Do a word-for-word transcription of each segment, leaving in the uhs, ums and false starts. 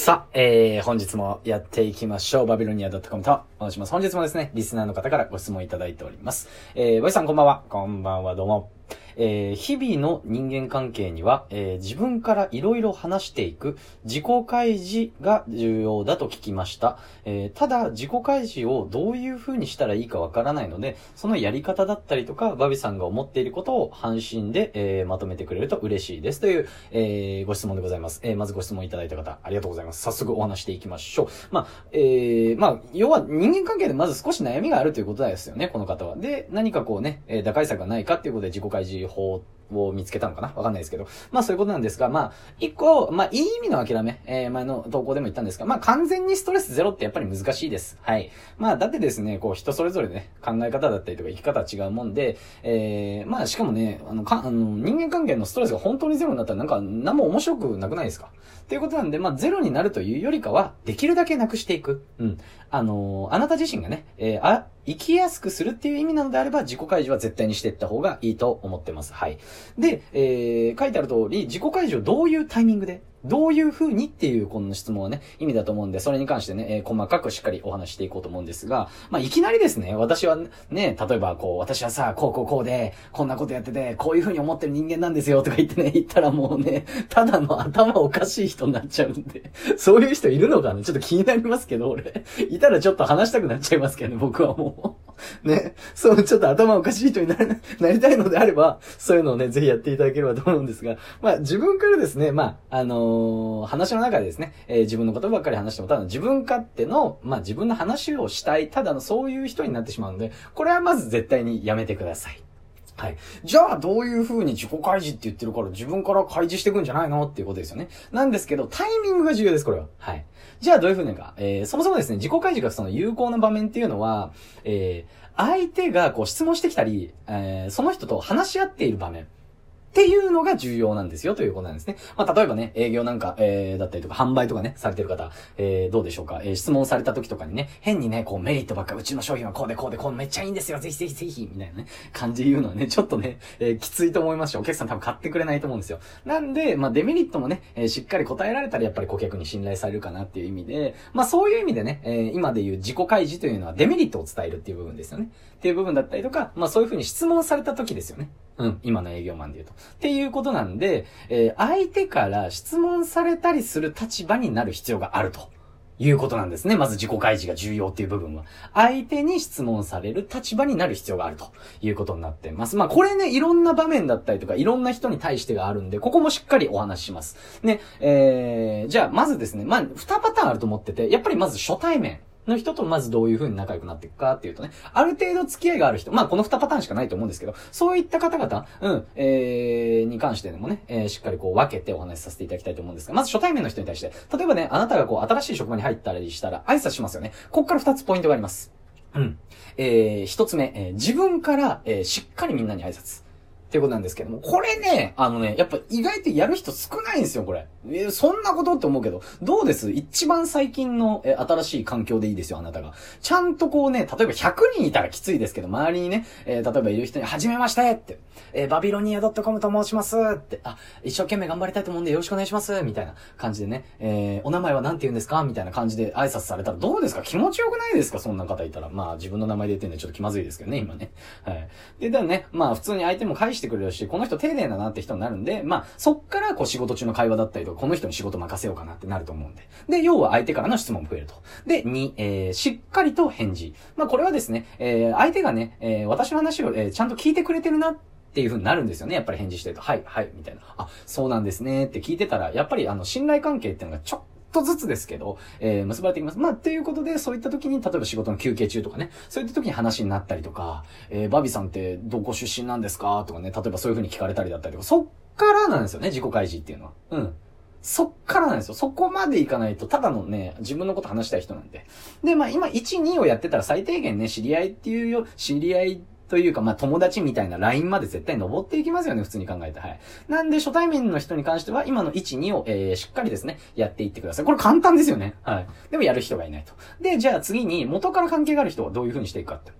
さあ、えー、本日もやっていきましょう。バビロニア .com と申します。本日もですね、リスナーの方からご質問いただいております。えー、ボイさんこんばんは。こんばんは、どうも。えー、日々の人間関係には、えー、自分からいろいろ話していく自己開示が重要だと聞きました。えー、ただ自己開示をどういう風にしたらいいかわからないので、そのやり方だったりとか、バビさんが思っていることを配信で、えー、まとめてくれると嬉しいですという、えー、ご質問でございます。えー、まずご質問いただいた方、ありがとうございます。早速お話していきましょう。まあ、えー、まあ、要は人間関係でまず少し悩みがあるということですよね、この方は。で、何かこうね、えー、打開策がないかっていうことで自己開示法を見つけたのかなわかんないですけど。まあそういうことなんですが、まあ、一個、まあいい意味の諦め、えー、前の投稿でも言ったんですが、まあ完全にストレスゼロってやっぱり難しいです。はい。まあだってですね、こう人それぞれね、考え方だったりとか生き方は違うもんで、えー、まあしかもね、あの、か、あの、人間関係のストレスが本当にゼロになったらなんか何も面白くなくないですかっていうことなんで、まあゼロになるというよりかは、できるだけなくしていく。うん。あのー、あなた自身がね、えー、あ、生きやすくするっていう意味なのであれば、自己開示は絶対にしていった方がいいと思ってます。はい。で、えー、書いてある通り、自己開示をどういうタイミングで、どういう風にっていうこの質問はね、意味だと思うんで、それに関してね、えー、細かくしっかりお話していこうと思うんですが、まあ、いきなりですね、私はね、例えばこう、私はさ、こうこうこうで、こんなことやってて、こういう風に思ってる人間なんですよとか言ってね、言ったらもうね、ただの頭おかしい人になっちゃうんで、そういう人いるのかなちょっと気になりますけど、俺。いたらちょっと話したくなっちゃいますけどね、僕はもう。ね、そう、ちょっと頭おかしい人になり、なりたいのであれば、そういうのをね、ぜひやっていただければと思うんですが、まあ、自分からですね、まあ、あのー、話の中でですね、えー、自分のことばっかり話しても、ただ自分勝手の、まあ、自分の話をしたい、ただのそういう人になってしまうので、これはまず絶対にやめてください。はい。じゃあ、どういう風に自己開示って言ってるから自分から開示していくんじゃないのっていうことですよね。なんですけど、タイミングが重要です、これは。はい。じゃあ、どういう風にか。えー、そもそもですね、自己開示がその有効な場面っていうのは、えー、相手がこう質問してきたり、えー、その人と話し合っている場面。っていうのが重要なんですよということなんですね。まあ、例えばね、営業なんか、えー、だったりとか、販売とかね、されてる方、えー、どうでしょうか。えー、質問された時とかにね、変にね、こうメリットばっか、うちの商品はこうでこうでこうめっちゃいいんですよ、ぜひぜひぜひ、みたいなね、感じで言うのはね、ちょっとね、えー、きついと思いますし、お客さん多分買ってくれないと思うんですよ。なんで、まあ、デメリットもね、えー、しっかり答えられたらやっぱり顧客に信頼されるかなっていう意味で、まあ、そういう意味でね、えー、今で言う自己開示というのはデメリットを伝えるっていう部分ですよね。っていう部分だったりとか、まあ、そういうふうに質問された時ですよね。うん、今の営業マンで言うと。っていうことなんで、えー、相手から質問されたりする立場になる必要があるということなんですね。まず自己開示が重要っていう部分は。相手に質問される立場になる必要があるということになってます。まあこれね、いろんな場面だったりとか、いろんな人に対してがあるんで、ここもしっかりお話しします。ね、えー、じゃあまずですね、まあにパターンあると思ってて、やっぱりまず初対面。の人とまずどういう風に仲良くなっていくかっていうとね、ある程度付き合いがある人、まあこのにパターンしかないと思うんですけど、そういった方々、うん、えー、に関してでもね、えー、しっかりこう分けてお話しさせていただきたいと思うんですが、まず初対面の人に対して、例えばね、あなたがこう新しい職場に入ったりしたら挨拶しますよね。こっからふたつポイントがあります。うん。えー、ひとつめ、えー、自分から、えー、しっかりみんなに挨拶。っていうことなんですけども、これね、あのね、やっぱ意外とやる人少ないんですよ、これ。えー、そんなことって思うけど、どうです一番最近の、えー、新しい環境でいいですよ、あなたが。ちゃんとこうね、例えばひゃくにんいたらきついですけど、周りにね、えー、例えばいる人に、はじめましてって、えー、バビロニア .com と申しますって、あ、一生懸命頑張りたいと思うんでよろしくお願いしますみたいな感じでね、えー、お名前は何て言うんですかみたいな感じで挨拶されたらどうですか気持ちよくないですかそんな方いたら。まあ自分の名前で言ってんでちょっと気まずいですけどね、今ね。はい。で、だね、まあ普通に相手も返してくれるし、この人丁寧だなって人になるんで、まあ、そっからこう仕事中の会話だったりとか、この人に仕事任せようかなってなると思うんで。で、要は相手からの質問も増えると。で、に、えー、しっかりと返事。まあ、これはですね、えー、相手がね、えー、私の話を、えー、ちゃんと聞いてくれてるなっていう風になるんですよね。やっぱり返事してると。はい、はい、みたいな。あ、そうなんですねって聞いてたら、やっぱりあの、信頼関係っていうのがちょっちょっとずつですけど、えー、結ばれていきます。まあ、ということで、そういった時に、例えば仕事の休憩中とかね、そういった時に話になったりとか、えー、バビさんってどこ出身なんですかとかね、例えばそういう風に聞かれたりだったりとか、そっからなんですよね、自己開示っていうのは。うん。そっからなんですよ。そこまでいかないと、ただのね、自分のこと話したい人なんで。で、まあ今、いち、にをやってたら最低限ね、知り合いっていうよ、知り合いというか、まあ、友達みたいなラインまで絶対登っていきますよね、普通に考えて。はい。なんで、初対面の人に関しては、今のいち、にを、えー、しっかりですね、やっていってください。これ簡単ですよね。はい。でもやる人がいないと。で、じゃあ次に、元から関係がある人はどういう風にしていくかって。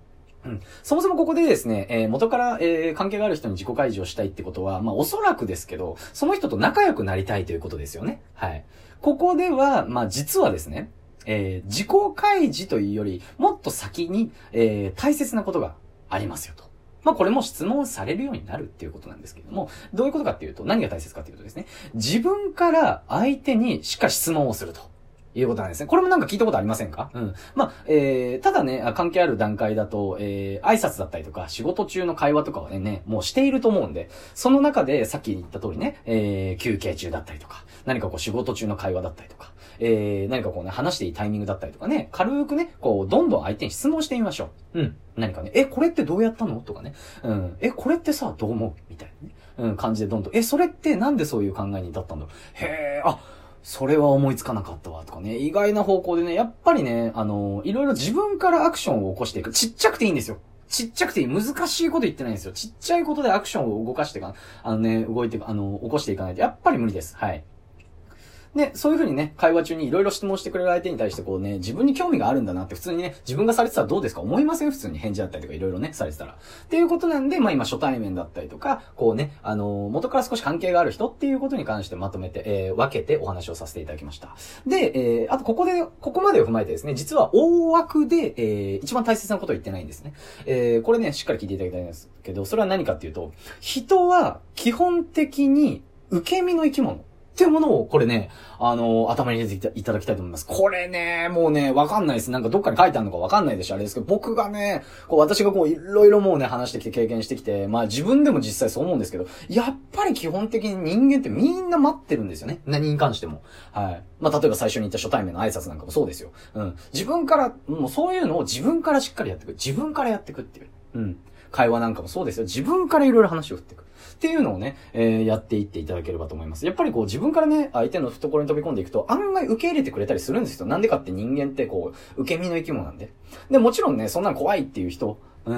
うん。そもそもここでですね、えー、元から、えー、関係がある人に自己開示をしたいってことは、まあおそらくですけど、その人と仲良くなりたいということですよね。はい。ここでは、まあ実はですね、えー、自己開示というより、もっと先に、えー、大切なことがありますよと。まあこれも質問されるようになるっていうことなんですけれども、どういうことかっていうと、何が大切かっていうとですね、自分から相手にしっかり質問をすると。いうことなんですね。これもなんか聞いたことありませんか？うん。まあ、えー、ただね、関係ある段階だと、えー、挨拶だったりとか、仕事中の会話とかはね、ねもうしていると思うんで、その中で、さっき言った通りね、えー、休憩中だったりとか、何かこう仕事中の会話だったりとか、えー、何かこうね、話していいタイミングだったりとかね、軽くね、こう、どんどん相手に質問してみましょう。うん。何かね、え、これってどうやったのとかね。うん。え、これってさ、どう思うみたいなね。うん、感じでどんどん、え、それってなんでそういう考えに至ったんだろうへー、あ、それは思いつかなかったわとかね、意外な方向でね、やっぱりね、あの、いろいろ自分からアクションを起こしていく。ちっちゃくていいんですよ。ちっちゃくていい。難しいこと言ってないんですよ。ちっちゃいことでアクションを動かしていか、あのね、動いて、あの、起こしていかないと、やっぱり無理です。はい。で、そういう風にね、会話中にいろいろ質問してくれる相手に対してこうね、自分に興味があるんだなって普通にね、自分がされてたらどうですか思いません普通に返事だったりとかいろいろね、されてたら。っていうことなんで、まあ今初対面だったりとか、こうね、あのー、元から少し関係がある人っていうことに関してまとめて、えー、分けてお話をさせていただきました。で、えー、あとここで、ここまでを踏まえてですね、実は大枠で、えー、一番大切なことを言ってないんですね。えー、これね、しっかり聞いていただきたいんですけど、それは何かっていうと、人は基本的に受け身の生き物。っていうものを、これね、あのー、頭に入れていただきたいと思います。これね、もうね、わかんないです。なんかどっかに書いてあるのかわかんないでしょ、あれですけど、僕がね、こう、私がこう、いろいろもうね、話してきて経験してきて、まあ自分でも実際そう思うんですけど、やっぱり基本的に人間ってみんな待ってるんですよね。何に関しても。はい。まあ例えば最初に言った初対面の挨拶なんかもそうですよ。うん。自分から、もうそういうのを自分からしっかりやっていく。自分からやっていくっていう。うん。会話なんかもそうですよ。自分からいろいろ話を振っていく。っていうのをね、えー、やっていっていただければと思います。やっぱりこう自分からね、相手の懐に飛び込んでいくと案外受け入れてくれたりするんですよ。なんでかって人間ってこう、受け身の生き物なんで。で、もちろんね、そんなの怖いっていう人、うん、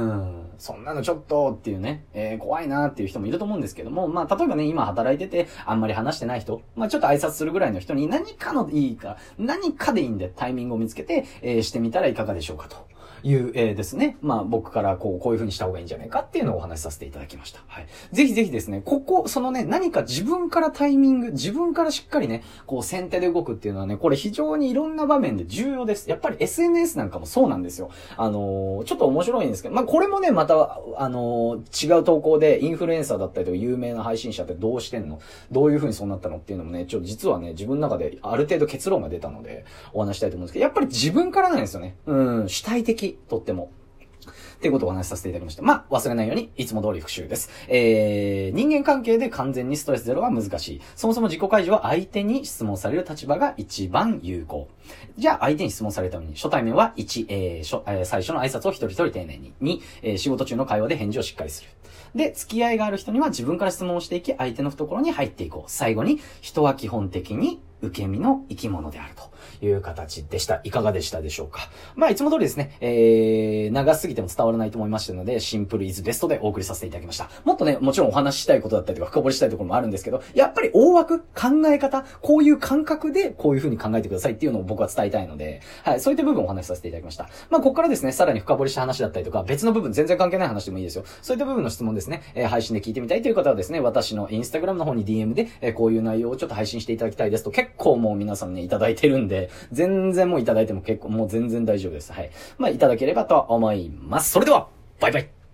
そんなのちょっとっていうね、えー、怖いなっていう人もいると思うんですけども、まあ、例えばね、今働いてて、あんまり話してない人、まあ、ちょっと挨拶するぐらいの人に何かのいいか、何かでいいんでタイミングを見つけて、えー、してみたらいかがでしょうかと。いう、えー、ですね。まあ僕からこう、こういう風にした方がいいんじゃないかっていうのをお話しさせていただきました。はい。ぜひぜひですね、ここ、そのね、何か自分からタイミング、自分からしっかりね、こう先手で動くっていうのはね、これ非常にいろんな場面で重要です。やっぱり エスエヌエス なんかもそうなんですよ。あのー、ちょっと面白いんですけど、まあこれもね、また、あのー、違う投稿でインフルエンサーだったりとか有名な配信者ってどうしてんの？どういう風にそうなったのっていうのもね、ちょっと実はね、自分の中である程度結論が出たので、お話したいと思うんですけど、やっぱり自分からなんですよね。うん、主体的、とっても。っていうことをお話しさせていただきました。まあ、忘れないように、いつも通り復習です。えー、人間関係で完全にストレスゼロは難しい。そもそも自己開示は相手に質問される立場が一番有効。じゃあ、相手に質問されるために、初対面はいち、えー初えー、最初の挨拶を一人一人丁寧に。に、えー、仕事中の会話で返事をしっかりする。で、付き合いがある人には自分から質問をしていき、相手の懐に入っていこう。最後に、人は基本的に受け身の生き物であるという形でした。いかがでしたでしょうか。まあ、いつも通りですね、えー、長すぎても伝わらないと思いましたので、シンプルイズベストでお送りさせていただきました。もっとね、もちろんお話ししたいことだったりとか、深掘りしたいところもあるんですけど、やっぱり大枠、考え方、こういう感覚で、こういう風に考えてくださいっていうのを僕は伝えたいので、はい、そういった部分をお話しさせていただきました。まあ、ここからですね、さらに深掘りした話だったりとか、別の部分、全然関係ない話でもいいですよ。そういった部分の質問ですね、えー、配信で聞いてみたいという方はですね、私のインスタグラムの方に ディーエム で、えー、こういう内容をちょっと配信していただきたいですと、結構もう皆さんね、いただいてるんで、全然もういただいても結構、もう全然大丈夫です。はい。まあ、いただければと思います。それでは、バイバイ。